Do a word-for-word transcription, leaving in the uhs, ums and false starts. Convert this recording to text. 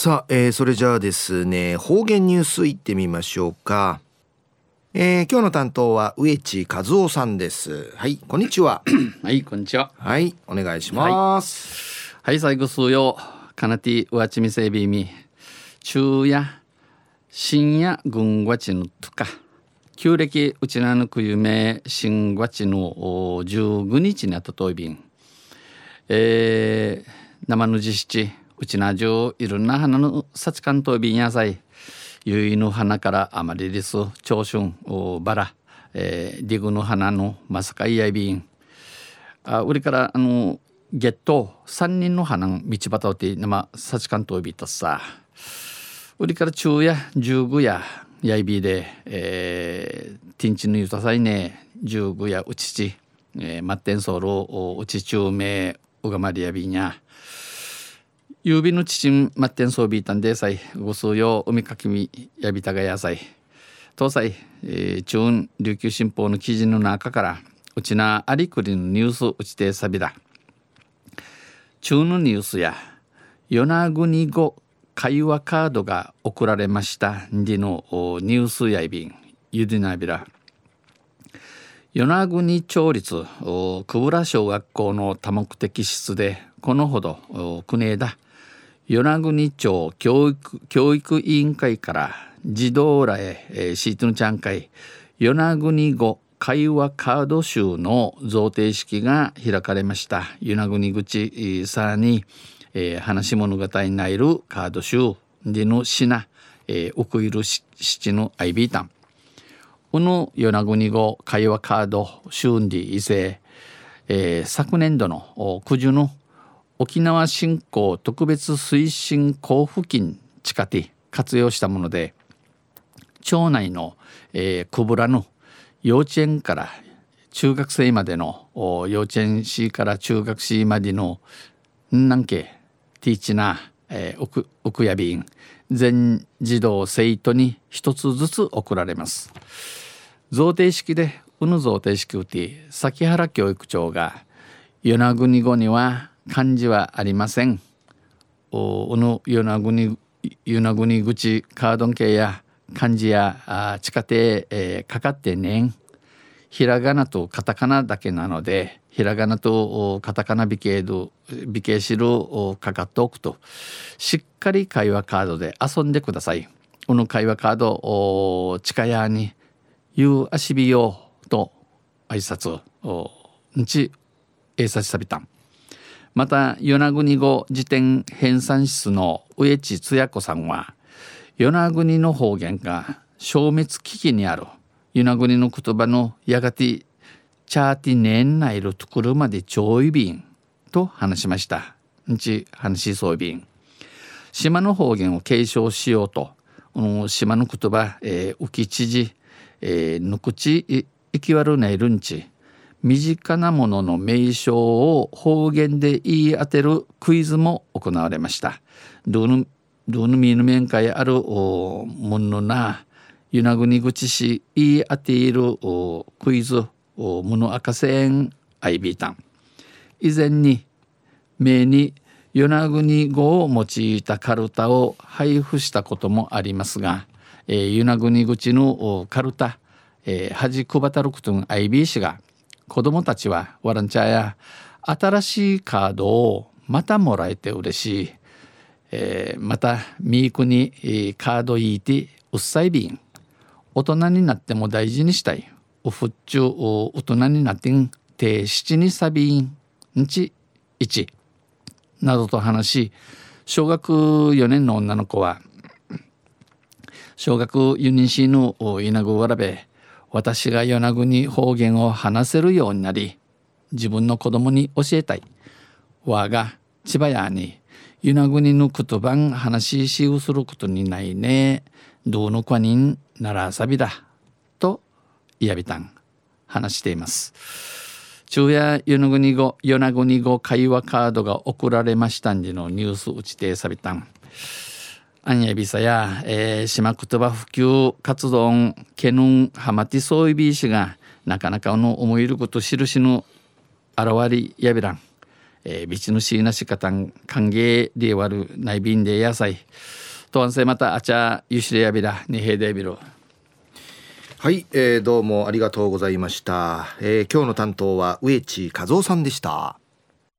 さあ、えー、それじゃあですね、方言ニュースいってみましょうか。えー、今日の担当は植地和夫さんです。はい、こんにちは。 はい、こんにちは。 はい、お願いします。 はい、最後数曜かなてうわちみせびみ昼夜深夜軍わちのとか旧暦うちなぬくゆめ新わちのじゅうごにちにあたといびん、えー、生の実七うちなじゅういろんな花のさちかんといびんやさいゆいの花からあまりです長春バラ、えー、ディグの花のまさかいやいびんあ売りからあのゲットさんにんの花道端をて生さちかんといびとさ売りから昼夜十五夜やいびで、えー、ティンチのゆたさいね十五夜うちち、えー、マッテンソールうちちゅうめうがまりやびんや郵便の父マッテンソービータンでさいご数用海かきみやびたがやさい東西、えー、中琉球新報の記事の中からうちなありくりのニュースうちてさびだ中のニュースや与那国語会話カードが送られましたでのニュースやいびんゆでなびら与那国町立久保良小学校の多目的室でこのほど国枝与那国町教育教育委員会から児童らへ、えー、シートのちゃん会与那国語会話カード集の贈呈式が開かれました。与那国口さに、えー、話物語になるカード集での品、えー、奥いる七のアイビータンこの与那国語会話カード集に異性、えー、昨年度の九十の沖縄振興特別推進交付金地下で活用したもので町内の、えー、くぶらの幼稚園から中学生までの幼稚園市から中学生までのなんけティーチな、えー、奥奥やびん全児童生徒に一つずつ送られます。贈呈式でうぬ贈呈式うて崎原教育長が与那国語には漢字はありません。おの与那国与那国口カードン系や漢字や地下手、えー、かかってねん。ひらがなとカタカナだけなのでひらがなとカタカナ美形度美形しるかかっておくとしっかり会話カードで遊んでください。この会話カード近やに言うあしびよと挨拶んちえいさちさびたんまた与那国語辞典編纂室の植地つや子さんは与那国の方言が消滅危機にある与那国の言葉のやがてチャーティ年内るところまでちょいびんと話しました。んち話しそうびん島の方言を継承しようと島の言葉、えー、浮き知事、えー、ぬくちいきわるないるんち身近なものの名称を方言で言い当てるクイズも行われました。どのどのみの面会あるものな与那国口市言い当ているクイズもの赤線アイビータン以前に名に与那国語を用いたカルタを配布したこともありますが、えー、与那国口のカルタ、えー、はじくばたるくとんアイビー氏が子どもたちはワランチャーや新しいカードをまたもらえて嬉しい、えー、またミークに、えー、カードいいてうっさいびん大人になっても大事にしたいおふっちゅう大人になってんて七にさびんんちいちなどと話し小学よねんの女の子は小学よねんしの稲子わらべ私が与那国方言を話せるようになり自分の子供に教えたいわが千葉屋に与那国の言葉ん話しをすることにないねどうのこにんならさびだといやびたん話しています。昼夜与那国語与那国語会話カードが送られましたんじのニュースうちてさびたんアンヤビサや、えー、島言葉普及活動ケヌンハマティソイビー氏がなかなかの思いること印の現りやびらん、 えー、ビチのシーナシカタン歓迎で割る内便で野菜とんせまたあちゃゆしれやびらにへいでびろ。 はい、えー、どうもありがとうございました。えー、今日の担当は植地和夫さんでした。